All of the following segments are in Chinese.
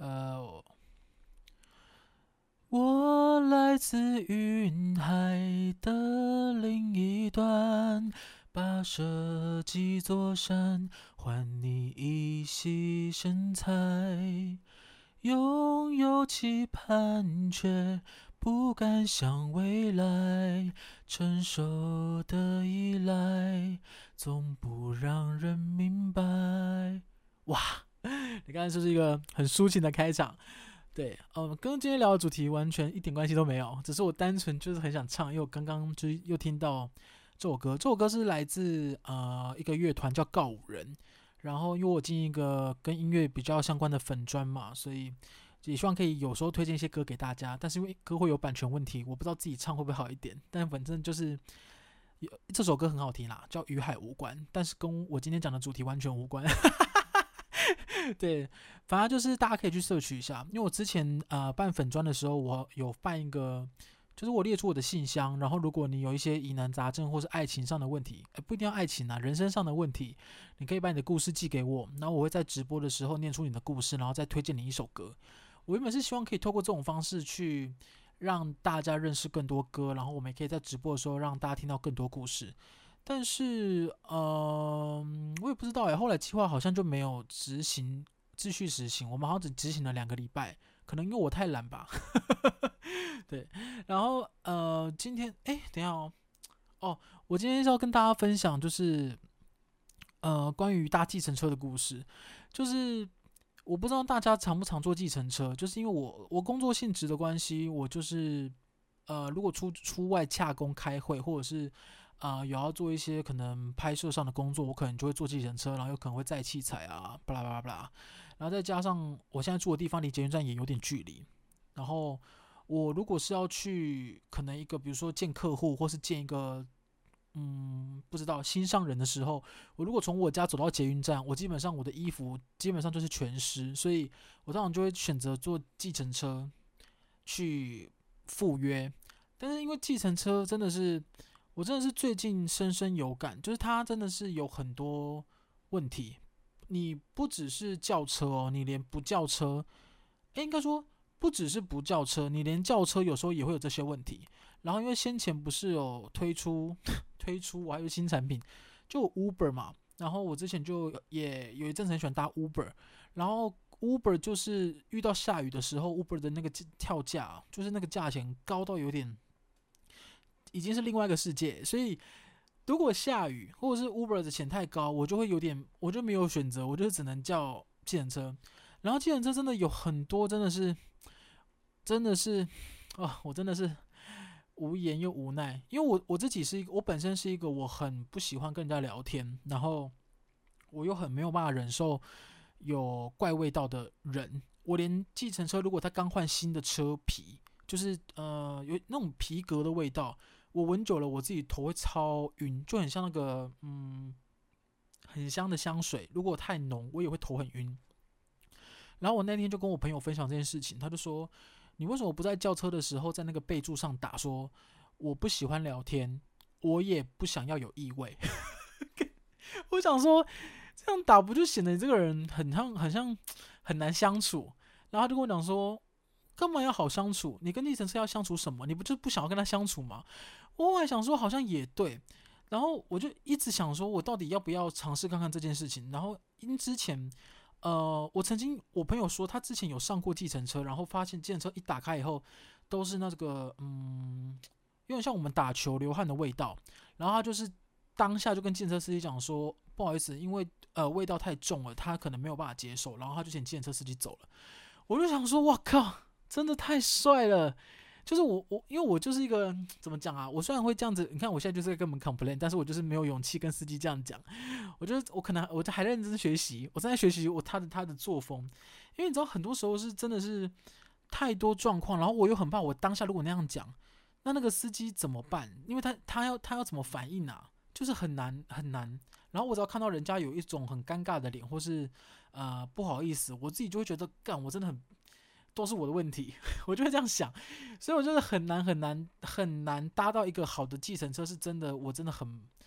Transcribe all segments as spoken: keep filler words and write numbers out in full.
呃，我来自云海的另一端，跋涉几座山，换你一席神采。拥有期盼，却不敢想未来，成熟的依赖，总不让人明白。哇，你刚才就是一个很抒情的开场。对，嗯，跟今天聊的主题完全一点关系都没有，只是我单纯就是很想唱，因为我刚刚就是又听到这首歌，这首歌是来自呃一个乐团叫告五人，然后因为我进一个跟音乐比较相关的粉专嘛，所以也希望可以有时候推荐一些歌给大家，但是因为歌会有版权问题，我不知道自己唱会不会好一点，但反正就是有这首歌很好听啦，叫《与海无关》，但是跟我今天讲的主题完全无关。对，反正就是大家可以去摄取一下，因为我之前呃办粉专的时候，我有办一个，就是我列出我的信箱，然后如果你有一些疑难杂症或是爱情上的问题，不一定要爱情啊，人生上的问题，你可以把你的故事寄给我，然后我会在直播的时候念出你的故事，然后再推荐你一首歌。我原本是希望可以透过这种方式去让大家认识更多歌，然后我们也可以在直播的时候让大家听到更多故事。但是，呃，我也不知道哎，后来计划好像就没有执行，继续实行。我们好像只执行了两个礼拜，可能因为我太懒吧。对，然后呃，今天哎，等一下哦，哦，我今天是要跟大家分享，就是呃，关于搭计程车的故事。就是我不知道大家常不常坐计程车，就是因为我我工作性质的关系，我就是呃，如果出出外洽公开会，或者是啊、呃有要做一些可能拍摄上的工作，我可能就会坐计程车，然后有可能会载器材啊，巴拉巴拉巴拉，然后再加上我现在住的地方离捷运站也有点距离，然后我如果是要去可能一个比如说见客户，或是见一个嗯不知道心上人的时候，我如果从我家走到捷运站，我基本上我的衣服基本上就是全湿，所以我当然就会选择坐计程车去赴约。但是因为计程车真的是，我真的是最近深深有感，就是它真的是有很多问题。你不只是叫车哦，你连不叫车，诶，应该说不只是不叫车，你连叫车有时候也会有这些问题。然后因为先前不是有推出推出我还有新产品，就有 Uber 嘛，然后我之前就也有一阵子很喜欢搭 Uber，然后 Uber 就是遇到下雨的时候，Uber 的那个跳价，就是那个价钱高到有点已经是另外一个世界，所以如果下雨或者是 Uber 的钱太高，我就会有点，我就没有选择，我就只能叫计程车。然后计程车真的有很多，真的是，真的是，啊，我真的是无言又无奈，因为我我自己是一个，我本身是一个我很不喜欢跟人家聊天，然后我又很没有办法忍受有怪味道的人。我连计程车如果他刚换新的车皮，就是呃有那种皮革的味道，我闻久了我自己头会超晕，就很像那个嗯很香的香水，如果太浓我也会头很晕。然后我那天就跟我朋友分享这件事情，他就说你为什么不在叫车的时候在那个备注上打说我不喜欢聊天，我也不想要有异味。我想说这样打不就显得你这个人很像很像很难相处？然后他就跟我讲说，干嘛要好相处？你跟计程车要相处什么？你不就不想要跟他相处吗？我还想说好像也对，然后我就一直想说，我到底要不要尝试看看这件事情？然后因之前，呃，我曾经我朋友说他之前有上过计程车，然后发现计程车一打开以后都是那个嗯，有点像我们打球流汗的味道，然后他就是当下就跟计程车司机讲说，不好意思，因为呃味道太重了，他可能没有办法接受，然后他就请计程车司机走了。我就想说，哇靠，真的太帅了！就是我我因为我就是一个怎么讲啊，我虽然会这样子，你看我现在就是在跟我们 complain，但是我就是没有勇气跟司机这样讲。我觉得我可能我还在认真学习，我正在学习我他的他的作风，因为你知道很多时候是真的是太多状况，然后我又很怕我当下如果那样讲，那那个司机怎么办？因为他他要他要怎么反应啊？就是很难很难。然后我只要看到人家有一种很尴尬的脸，或是呃不好意思，我自己就会觉得干我真的很都是我的问题，我就会这样想，所以我觉得很难很难很难搭到一个好的计程车，是真的，我真的很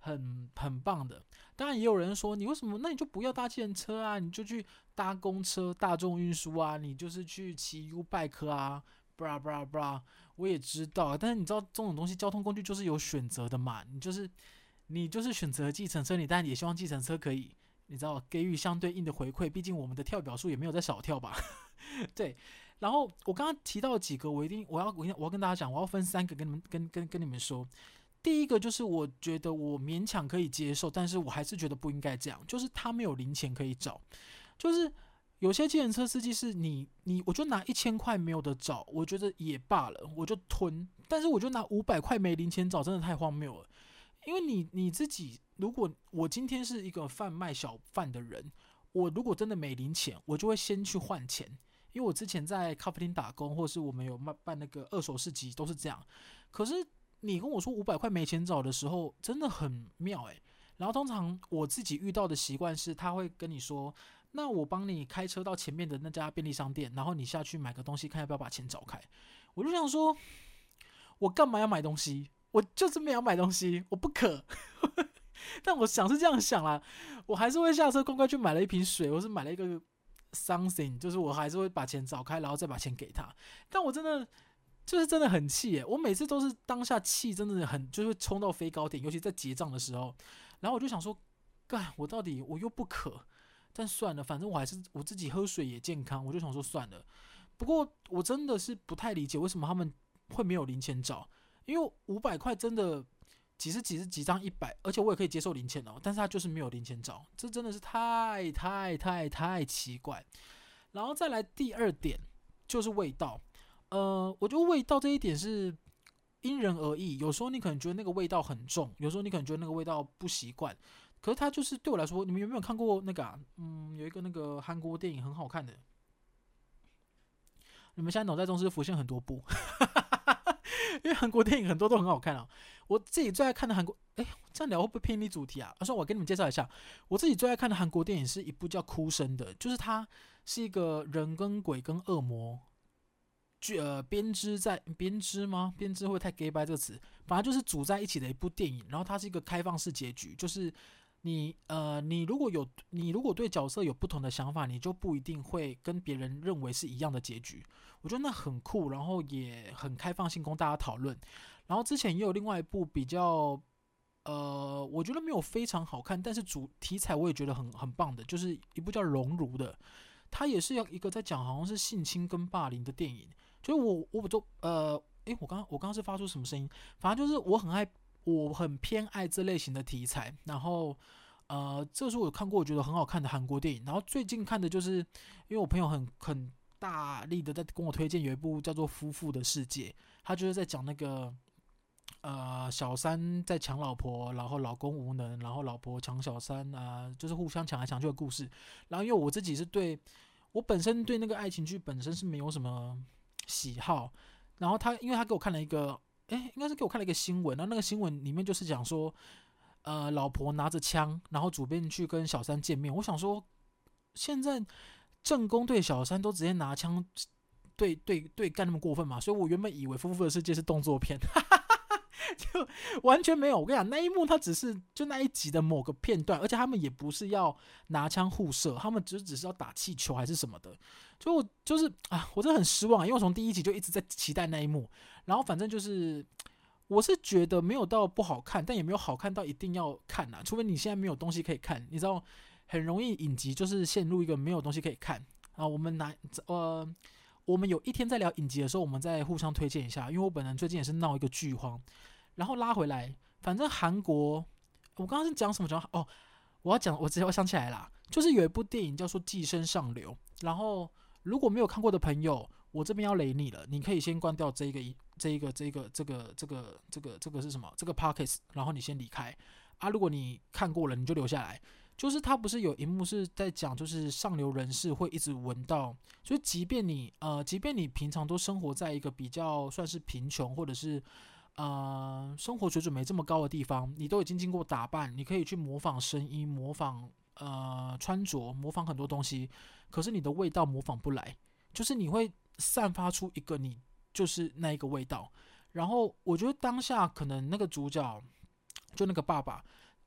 很很棒的。当然也有人说，你为什么那你就不要搭计程车啊，你就去搭公车、大众运输啊，你就是去骑 U bike 啊，布拉布拉布拉。我也知道，但是你知道这种东西，交通工具就是有选择的嘛，你就是你就是选择计程车，你当然也希望计程车可以，你知道给予相对应的回馈，毕竟我们的跳表数也没有在少跳吧。对，然后我刚刚提到几个，我一定我要我要我要跟大家讲，我要分三个跟你们跟跟跟你们说。第一个就是我觉得我勉强可以接受，但是我还是觉得不应该这样，就是他没有零钱可以找，就是有些计程车司机是你你我就拿一千块没有的找，我觉得也罢了，我就吞，但是我就拿五百块没零钱找，真的太荒谬了。因为你你自己，如果我今天是一个贩卖小贩的人，我如果真的没零钱，我就会先去换钱。因为我之前在咖啡厅打工，或是我们有办那个二手市集，都是这样。可是你跟我说五百块没钱找的时候，真的很妙哎、欸。然后通常我自己遇到的习惯是，他会跟你说，那我帮你开车到前面的那家便利商店，然后你下去买个东西，看要不要把钱找开。我就想说，我干嘛要买东西？我就是没有买东西，我不渴。但我想是这样想啦，我还是会下车乖乖去买了一瓶水，或是买了一个 something， 就是我还是会把钱找开，然后再把钱给他。但我真的就是真的很气耶，我每次都是当下气，真的很就会冲到飞高点，尤其在结账的时候。然后我就想说，干，我到底我又不渴，但算了，反正我还是我自己喝水也健康，我就想说算了。不过我真的是不太理解为什么他们会没有零钱找，因为五百块真的几十几十几张一百，而且我也可以接受零钱哦，但是他就是没有零钱找，这真的是太太太太奇怪。然后再来第二点就是味道，呃，我觉得味道这一点是因人而异，有时候你可能觉得那个味道很重，有时候你可能觉得那个味道不习惯，可是它就是对我来说，你们有没有看过那个、啊、嗯，有一个那个韩国电影很好看的，你们现在脑袋中是浮现很多部。因为韩国电影很多都很好看啊。我自己最爱看的韩国，哎，这样聊会不会偏离主题啊？说我跟你们介绍一下，我自己最爱看的韩国电影是一部叫《哭声》的，就是它是一个人跟鬼跟恶魔，呃，编织在编织吗？编织会不会太 gay 掰这个词？反正就是组在一起的一部电影。然后它是一个开放式结局，就是你呃，你如果有你如果对角色有不同的想法，你就不一定会跟别人认为是一样的结局。我觉得那很酷，然后也很开放性供大家讨论。然后之前也有另外一部比较，呃，我觉得没有非常好看，但是主题材我也觉得很很棒的，就是一部叫《熔炉》的，它也是要一个在讲好像是性侵跟霸凌的电影。就是我我都呃，诶，我刚我刚刚是发出什么声音？反正就是我很爱，我很偏爱这类型的题材。然后呃，这是我看过我觉得很好看的韩国电影。然后最近看的就是，因为我朋友很很大力的在跟我推荐有一部叫做《夫妇的世界》，他就是在讲那个呃小三在抢老婆，然后老公无能，然后老婆抢小三啊、呃，就是互相抢来抢去的故事。然后因为我自己是对我本身对那个爱情剧本身是没有什么喜好，然后他因为他给我看了一个，哎，应该是给我看了一个新闻，然后那个新闻里面就是讲说，呃，老婆拿着枪，然后主编去跟小三见面。我想说，现在正宫对小三都直接拿枪对对对干那么过分嘛？所以我原本以为《夫妇的世界》是动作片。就完全没有。我跟你讲，那一幕它只是就那一集的某个片段，而且他们也不是要拿枪互射，他们只只是要打气球还是什么的。就我就是啊，我真的很失望，因为我从第一集就一直在期待那一幕。然后反正就是，我是觉得没有到不好看，但也没有好看到一定要看啊，除非你现在没有东西可以看，你知道，很容易影集就是陷入一个没有东西可以看啊。我们拿呃。我们有一天在聊影集的时候，我们再互相推荐一下，因为我本人最近也是闹一个剧荒。然后拉回来，反正韩国，我刚刚是讲什么讲哦，我要讲，我直接我想起来啦，就是有一部电影叫做《寄生上流》。然后如果没有看过的朋友，我这边要雷你了，你可以先关掉这一个这一个这一个这个这个这个这个是什么？这个 podcast， 然后你先离开啊。如果你看过了，你就留下来。就是他不是有一幕是在讲，就是上流人士会一直闻到，所以即便你呃，即便你平常都生活在一个比较算是贫穷或者是呃生活水准没这么高的地方，你都已经经过打扮，你可以去模仿声音、模仿呃穿着、模仿很多东西，可是你的味道模仿不来，就是你会散发出一个你就是那一个味道。然后我觉得当下可能那个主角就那个爸爸。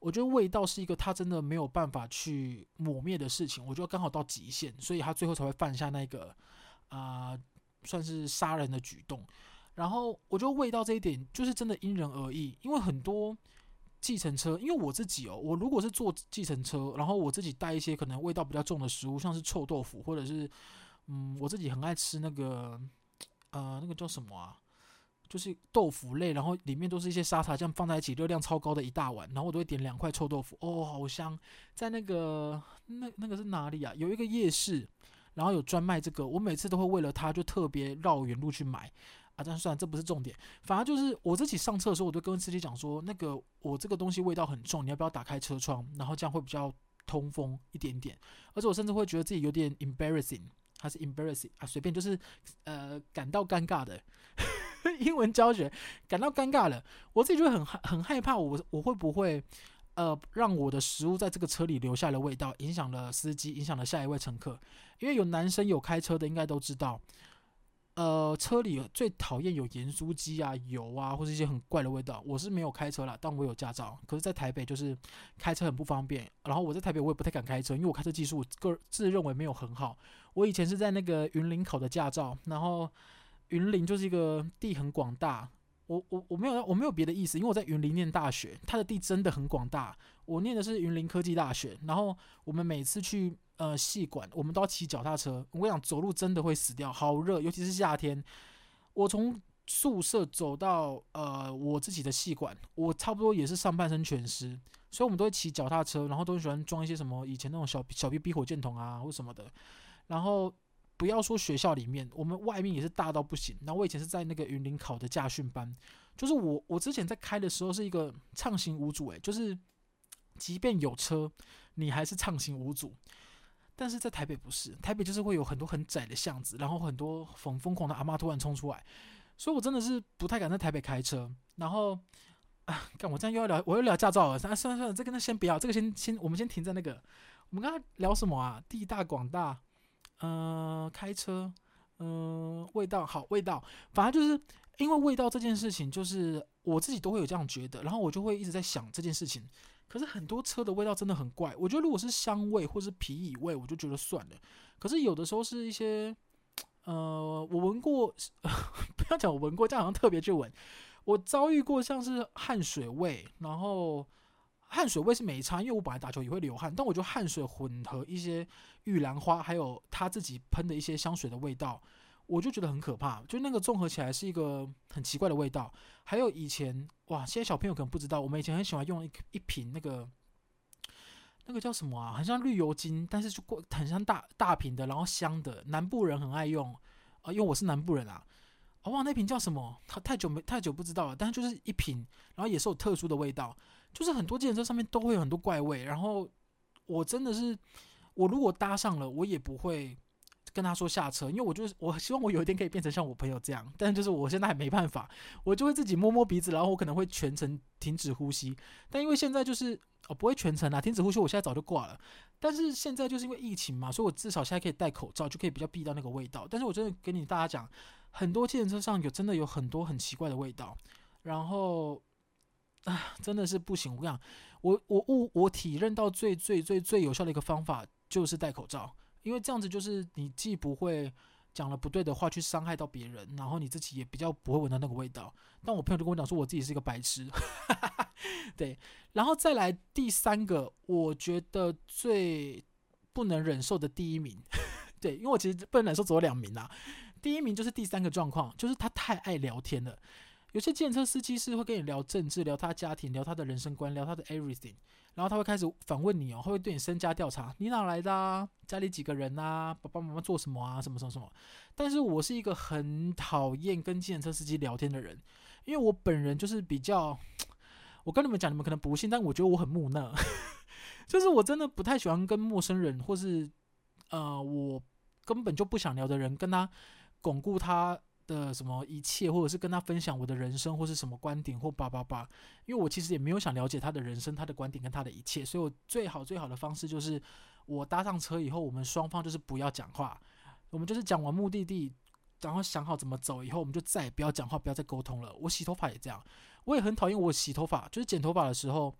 我觉得味道是一个他真的没有办法去抹灭的事情，我觉得刚好到极限，所以他最后才会犯下那个啊、呃、算是杀人的举动。然后我觉得味道这一点就是真的因人而异，因为很多计程车，因为我自己哦，我如果是坐计程车，然后我自己带一些可能味道比较重的食物，像是臭豆腐，或者是嗯，我自己很爱吃那个呃那个叫什么啊？就是豆腐类，然后里面都是一些沙茶酱放在一起，热量超高的一大碗，然后我都会点两块臭豆腐，哦，好香！在那个那那个是哪里啊？有一个夜市，然后有专卖这个，我每次都会为了它就特别绕远路去买啊。但算了，这不是重点，反正就是我自己上车的时候，我就跟司机讲说，那个我这个东西味道很重，你要不要打开车窗，然后这样会比较通风一点点，而且我甚至会觉得自己有点 embarrassing， 还是 embarrassing 啊，随便就是呃感到尴尬的。英文教学感到尴尬了，我自己就很很害怕我，我会不会呃让我的食物在这个车里留下了味道，影响了司机，影响了下一位乘客。因为有男生有开车的，应该都知道，呃，车里最讨厌有盐酥鸡啊、油啊，或是一些很怪的味道。我是没有开车啦，但我有驾照，可是在台北就是开车很不方便。然后我在台北我也不太敢开车，因为我开车技术个自认为没有很好。我以前是在那个云林考的驾照，然后。云林就是一个地很广大，我我我没有我没有别的意思，因为我在云林念大学，它的地真的很广大。我念的是云林科技大学，然后我们每次去呃系馆，我们都要骑脚踏车。我跟你讲，走路真的会死掉，好热，尤其是夏天。我从宿舍走到呃我自己的系馆，我差不多也是上半身全湿，所以我们都会骑脚踏车，然后都很喜欢装一些什么以前那种小小 B B 火箭筒啊或什么的，然后。不要说学校里面，我们外面也是大到不行。然后我以前是在那个云林考的驾训班，就是我我之前在开的时候是一个畅行无阻，诶，就是即便有车，你还是畅行无阻。但是在台北不是，台北就是会有很多很窄的巷子，然后很多疯疯狂的阿嬷突然冲出来，所以我真的是不太敢在台北开车。然后啊，干我这样又要聊，我又聊驾照了，算了算了，这个那先不要，这个先先我们先停在那个，我们刚刚聊什么啊？地大广大。呃，开车，嗯、呃，味道好，味道，反正就是因为味道这件事情，就是我自己都会有这样觉得，然后我就会一直在想这件事情。可是很多车的味道真的很怪，我觉得如果是香味或是皮椅味，我就觉得算了。可是有的时候是一些，呃，我闻过，不要讲我闻过，这样好像特别去闻。我遭遇过像是汗水味，然后。汗水味是没差，因为我本来打球也会流汗，但我觉得汗水混合一些玉兰花，还有他自己喷的一些香水的味道，我就觉得很可怕。就那个综合起来是一个很奇怪的味道。还有以前哇，现在小朋友可能不知道，我们以前很喜欢用一一瓶那个那个叫什么啊，很像绿油精，但是就很像大大瓶的，然后香的，南部人很爱用啊、呃，因为我是南部人啊。我、哦、忘了那瓶叫什么，太久没太久不知道了，但是就是一瓶，然后也是有特殊的味道。就是很多计程车上面都会有很多怪味，然后我真的是，我如果搭上了，我也不会跟他说下车，因为我就是我希望我有一天可以变成像我朋友这样，但是就是我现在还没办法，我就会自己摸摸鼻子，然后我可能会全程停止呼吸，但因为现在就是哦不会全程啊，停止呼吸我现在早就挂了，但是现在就是因为疫情嘛，所以我至少现在可以戴口罩，就可以比较避到那个味道，但是我真的跟你大家讲，很多计程车上有真的有很多很奇怪的味道，然后。啊，真的是不行！我跟你讲，我我我我体认到最最最最有效的一个方法就是戴口罩，因为这样子就是你既不会讲了不对的话去伤害到别人，然后你自己也比较不会闻到那个味道。但我朋友就跟我讲说，我自己是一个白痴，对。然后再来第三个，我觉得最不能忍受的第一名，对，因为我其实不能忍受只有两名啊。第一名就是第三个状况，就是他太爱聊天了。有些计程车司机是会跟你聊政治、聊他家庭、聊他的人生观、聊他的 everything， 然后他会开始反问你哦，会对你身家调查，你哪来的啊？家里几个人啊？爸爸妈妈做什么啊？什么什么什么？但是我是一个很讨厌跟计程车司机聊天的人，因为我本人就是比较，我跟你们讲，你们可能不信，但我觉得我很木讷，就是我真的不太喜欢跟陌生人，或是呃我根本就不想聊的人，跟他巩固他。的什么一切，或者是跟他分享我的人生，或是什么观点，或叭叭叭，因为我其实也没有想了解他的人生、他的观点跟他的一切，所以我最好最好的方式就是我搭上车以后，我们双方就是不要讲话，我们就是讲完目的地，然后想好怎么走以后，我们就再也不要讲话，不要再沟通了。我洗头发也这样，我也很讨厌我洗头发，就是剪头发的时候，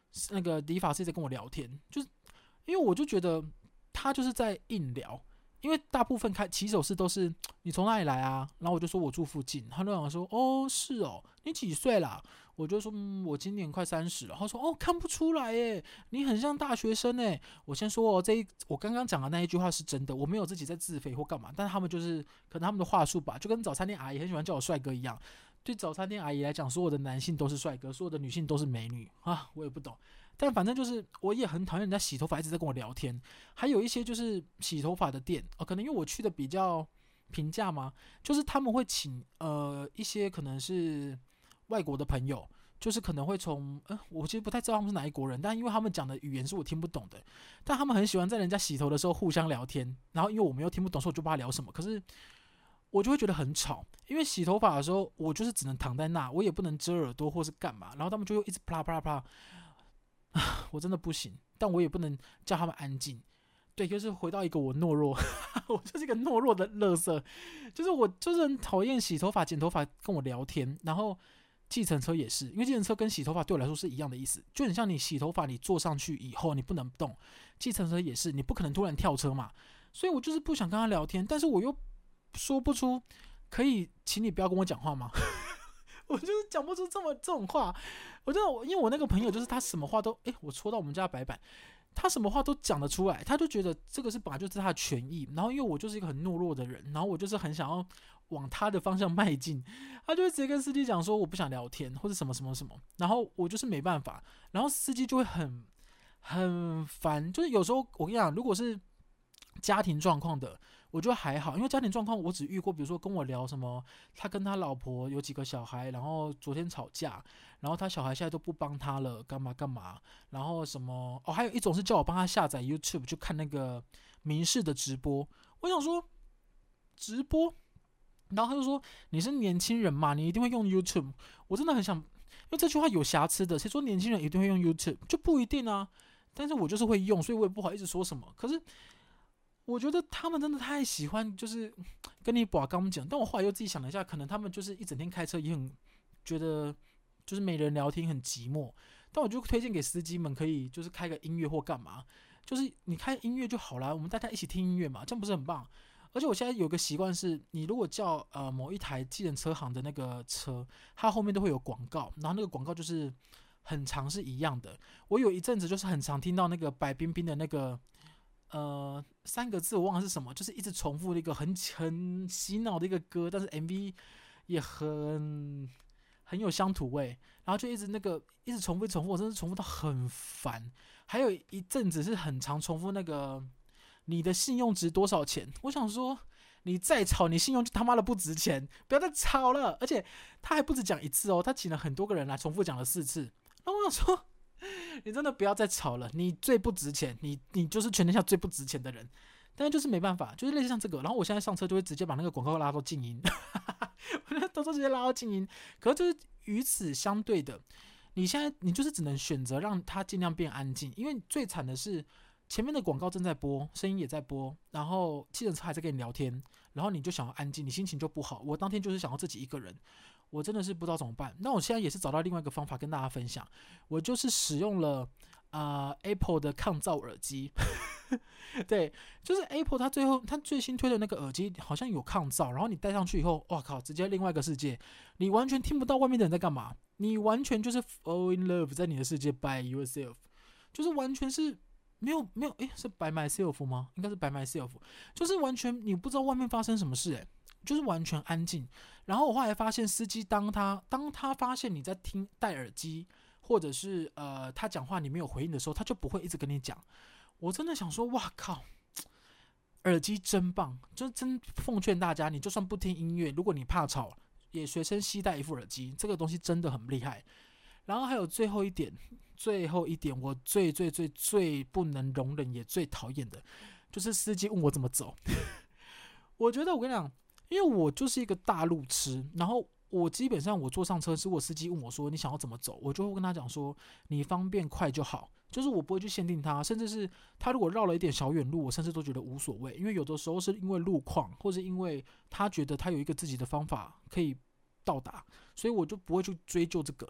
那个理发师在跟我聊天，就是因为我就觉得他就是在硬聊。因为大部分开起手式都是你从哪里来啊？然后我就说我住附近，他就想说哦是哦，你几岁啦？我就说嗯我今年快三十了。他说哦看不出来耶，你很像大学生耶。我先说哦，这一我刚刚讲的那一句话是真的，我没有自己在自肥或干嘛，但是他们就是可能他们的话术吧，就跟早餐店阿姨很喜欢叫我帅哥一样。对早餐店阿姨来讲，所有的男性都是帅哥，所有的女性都是美女啊，我也不懂。但反正就是我也很讨厌人家洗头发一直在跟我聊天，还有一些就是洗头发的店哦，可能因为我去的比较平价嘛，就是他们会请呃一些可能是外国的朋友，就是可能会从呃我其实不太知道他们是哪一国人，但因为他们讲的语言是我听不懂的，但他们很喜欢在人家洗头的时候互相聊天，然后因为我们又听不懂，所以我就不知道聊什么，可是我就会觉得很吵，因为洗头发的时候我就是只能躺在那，我也不能遮耳朵或是干嘛，然后他们就会一直啪啦啪啦啪啦。我真的不行，但我也不能叫他们安静。对，就是回到一个我懦弱，我就是一个懦弱的垃圾，就是我就是很讨厌洗头发、剪头发跟我聊天，然后计程车也是，因为计程车跟洗头发对我来说是一样的意思，就很像你洗头发，你坐上去以后你不能动，计程车也是，你不可能突然跳车嘛，所以我就是不想跟他聊天，但是我又说不出可以，请你不要跟我讲话吗？我就是讲不出这么这种话，我真的，因为我那个朋友就是他什么话都，哎，我戳到我们家的白板，他什么话都讲得出来，他就觉得这个是本来就是他的权益，然后因为我就是一个很懦弱的人，然后我就是很想要往他的方向迈进，他就会直接跟司机讲说我不想聊天或者什么什么什么，然后我就是没办法，然后司机就会很很烦，就是有时候我跟你讲，如果是家庭状况的，我觉得还好，因为家庭状况我只遇过，比如说跟我聊什么，他跟他老婆有几个小孩，然后昨天吵架，然后他小孩现在都不帮他了，干嘛干嘛，然后什么哦，还有一种是叫我帮他下载 YouTube 去看那个民视的直播，我想说直播，然后他就说你是年轻人嘛，你一定会用 YouTube，我真的很想，因为这句话有瑕疵的，谁说年轻人一定会用 YouTube 就不一定啊，但是我就是会用，所以我也不好意思说什么，可是。我觉得他们真的太喜欢，就是跟你把刚讲，但我后来又自己想了一下，可能他们就是一整天开车也很觉得就是没人聊天很寂寞，但我就推荐给司机们可以就是开个音乐或干嘛，就是你开音乐就好啦，我们大家一起听音乐嘛，这样不是很棒？而且我现在有个习惯是，你如果叫呃某一台计程车行的那个车，它后面都会有广告，然后那个广告就是很长是一样的。我有一阵子就是很常听到那个白冰冰的那个。呃，三个字我忘了是什么，就是一直重复的一个很很洗脑的一个歌，但是 M V 也很很有乡土味，然后就一直那个一直重复重复，我真的重复到很烦。还有一阵子是很常重复那个你的信用值多少钱，我想说你再吵，你信用就他妈的不值钱，不要再吵了。而且他还不止讲一次哦，他请了很多个人来重复讲了四次，然后我想说。你真的不要再吵了，你最不值钱，你你就是全天下最不值钱的人，但是就是没办法，就是类似像这个，然后我现在上车就会直接把那个广告拉到静音，我都直接拉到静音，可是就是与此相对的，你现在你就是只能选择让它尽量变安静，因为最惨的是前面的广告正在播，声音也在播，然后计程车还在跟你聊天，然后你就想要安静，你心情就不好，我当天就是想要自己一个人。我真的是不知道怎么办。那我现在也是找到另外一个方法跟大家分享，我就是使用了呃 Apple 的抗噪耳机，对，就是 Apple 它最后它最新推的那个耳机好像有抗噪，然后你戴上去以后，哇靠，直接另外一个世界，你完全听不到外面的人在干嘛，你完全就是 fall in love 在你的世界 by yourself， 就是完全是。没有没有，诶，是 by myself 吗？应该是 by myself， 就是完全你不知道外面发生什么事，诶，就是完全安静。然后我后来发现，司机当他当他发现你在听戴耳机，或者是呃他讲话你没有回应的时候，他就不会一直跟你讲。我真的想说，哇靠，耳机真棒！就真奉劝大家，你就算不听音乐，如果你怕吵，也随身携带一副耳机，这个东西真的很厉害。然后还有最后一点，最后一点，我最最最最不能容忍也最讨厌的，就是司机问我怎么走。我觉得我跟你讲。因为我就是一个大路痴，然后我基本上我坐上车，如果司机问我说你想要怎么走，我就会跟他讲说你方便快就好，就是我不会去限定他，甚至是他如果绕了一点小远路，我甚至都觉得无所谓，因为有的时候是因为路况，或是因为他觉得他有一个自己的方法可以到达，所以我就不会去追究这个。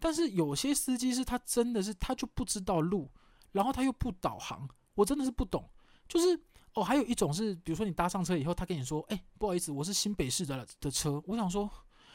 但是有些司机是他真的是他就不知道路，然后他又不导航，我真的是不懂。就是哦，还有一种是，比如说你搭上车以后，他跟你说，哎、欸，不好意思，我是新北市的的车。我想说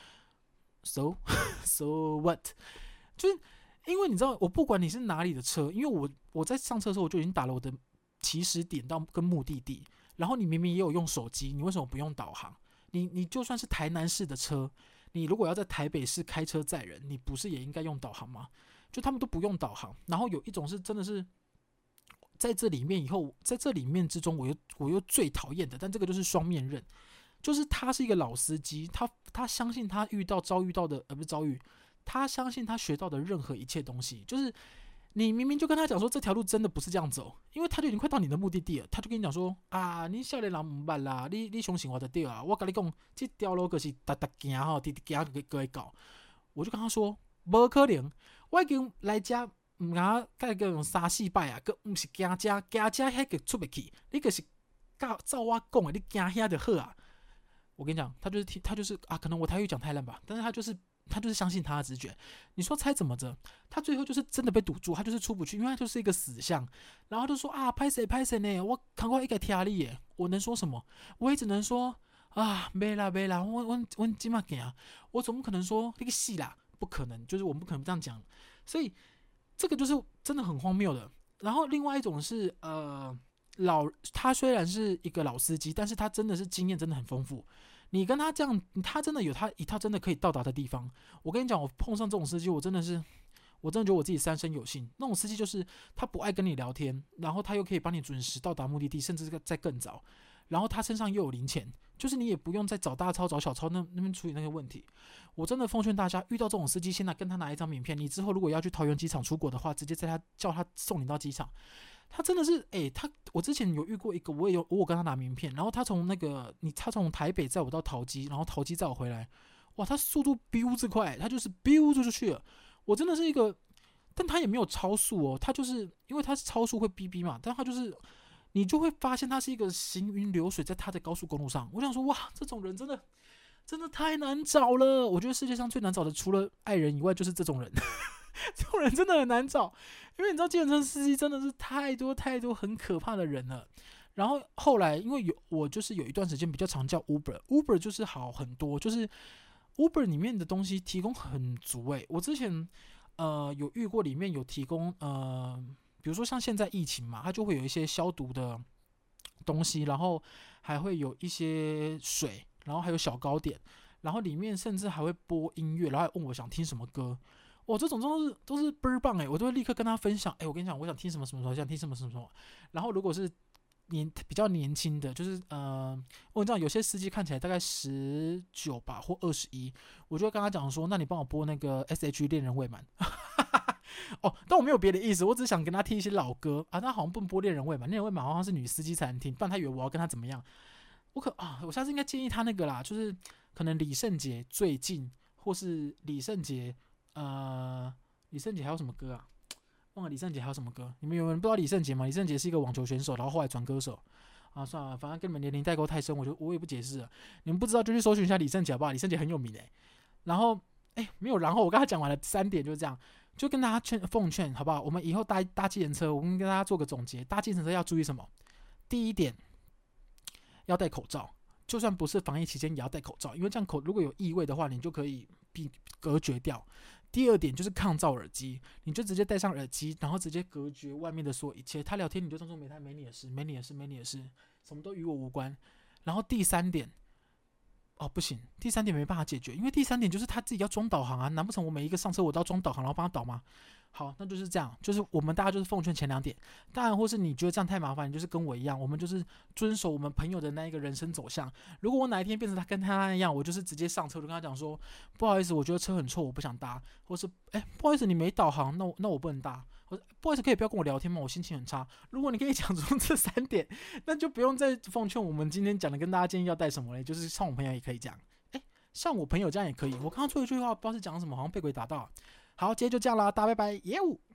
，so so what？ 就是因为你知道，我不管你是哪里的车，因为我我在上车的时候我就已经打了我的起始点到跟目的地，然后你明明也有用手机，你为什么不用导航？你你就算是台南市的车，你如果要在台北市开车载人，你不是也应该用导航吗？就他们都不用导航，然后有一种是真的是在这里面以后，在这里面之中，我又我又最讨厌的，但这个就是双面刃，就是他是一个老司机，他他相信他遇到遭遇到的，呃不是遭遇，他相信他学到的任何一切东西，就是你明明就跟他讲说这条路真的不是这样走，因为他就已经快到你的目的地了，他就跟你讲说啊，你少年人唔捌啦，你你相信我就对啊，我跟你讲，这条路就是达达行吼，直直行就会到。我就跟他说，无可能，我已经来这唔啱，甲个用三四摆啊，佮唔是行这行这遐个出不去，你可是照我讲的，你行遐就好啊。我跟你讲，他就是他就是啊，可能我台语讲太烂吧，但是他就是。他就是相信他的直觉，你说猜怎么着？他最后就是真的被堵住，他就是出不去，因为他就是一个死巷。然后就说啊，拍谁拍谁呢？我赶快一个听你耶，我能说什么？我也只能说啊，没啦没啦，我我我今嘛给啊，我总不可能说那个戏啦，不可能，就是我们不可能这样讲。所以这个就是真的很荒谬的。然后另外一种是呃老，他虽然是一个老司机，但是他真的是经验真的很丰富。你跟他这样，他真的有他一套真的可以到达的地方。我跟你讲，我碰上这种司机，我真的是，我真的觉得我自己三生有幸。那种司机就是他不爱跟你聊天，然后他又可以帮你准时到达目的地，甚至在更早。然后他身上又有零钱，就是你也不用再找大钞找小钞那那边处理那个问题。我真的奉劝大家，遇到这种司机，现在跟他拿一张名片，你之后如果要去桃园机场出国的话，直接在他叫他送你到机场。他真的是，哎、欸，他我之前有遇过一个，我也有我有跟他拿名片，然后他从那个你他从台北载我到桃机，然后桃机载我回来，哇，他速度飙之快，他就是 biu 就出去了。我真的是一个，但他也没有超速哦，他就是因为他是超速会逼逼嘛，但他就是你就会发现他是一个行云流水在他的高速公路上。我想说，哇，这种人真的真的太难找了。我觉得世界上最难找的，除了爱人以外，就是这种人。这种人真的很难找，因为你知道，计程车司机真的是太多太多很可怕的人了。然后后来，因为有我就是有一段时间比较常叫 Uber，Uber 就是好很多，就是 Uber 里面的东西提供很足诶、欸。我之前呃有遇过，里面有提供呃，比如说像现在疫情嘛，它就会有一些消毒的东西，然后还会有一些水，然后还有小糕点，然后里面甚至还会播音乐，然后还问我想听什么歌。哇，这种都是都是倍儿棒哎！我都会立刻跟他分享，哎，我跟你讲，我想听什么什么什么，想听什么什么什么。然后如果是年比较年轻的，就是呃，我知道有些司机看起来大概十九吧或二十一，我就会跟他讲说，那你帮我播那个 S H E 恋人未满。哦，但我没有别的意思，我只是想跟他听一些老歌啊。他好像不能播恋人未满，恋人未满好像是女司机才能听，不然他以为我要跟他怎么样。我可啊，我下次应该建议他那个啦，就是可能李圣杰最近，或是李圣杰。呃，李圣杰还有什么歌啊？忘了李圣杰还有什么歌？你们有人不知道李圣杰吗？李圣杰是一个网球选手，然后后来转歌手。啊，算了，反正跟你们年龄代沟太深，我就我也不解释了。你们不知道就去搜寻一下李圣杰好不好？李圣杰很有名诶、欸。然后，哎，没有然后，我刚才讲完了三点，就是这样，就跟大家劝奉劝好不好？我们以后搭搭计程车，我们跟大家做个总结，搭计程车要注意什么？第一点，要戴口罩，就算不是防疫期间也要戴口罩，因为这样口如果有异味的话，你就可以避隔绝掉。第二点就是抗噪耳机，你就直接戴上耳机，然后直接隔绝外面的所有一切。他聊天你就当做没他没你的事，没你的事，没你的事，什么都与我无关。然后第三点，哦不行，第三点没办法解决，因为第三点就是他自己要装导航啊，难不成我每一个上车我都要装导航然后帮他导吗？好，那就是这样，就是我们大家就是奉劝前两点，当然或是你觉得这样太麻烦，你就是跟我一样，我们就是遵守我们朋友的那一个人生走向。如果我哪一天变成他跟他那样，我就是直接上车，我就跟他讲说，不好意思，我觉得车很臭，我不想搭，或是哎不好意思你没导航，那我那我不能搭，或者不好意思可以不要跟我聊天吗？我心情很差。如果你可以讲出这三点，那就不用再奉劝我们今天讲的跟大家建议要带什么嘞，就是像我朋友也可以讲，哎像我朋友这样也可以。我刚刚说一句话，不知道是讲什么，好像被鬼打到。好，今天就这样啦，大家拜拜，耶、yeah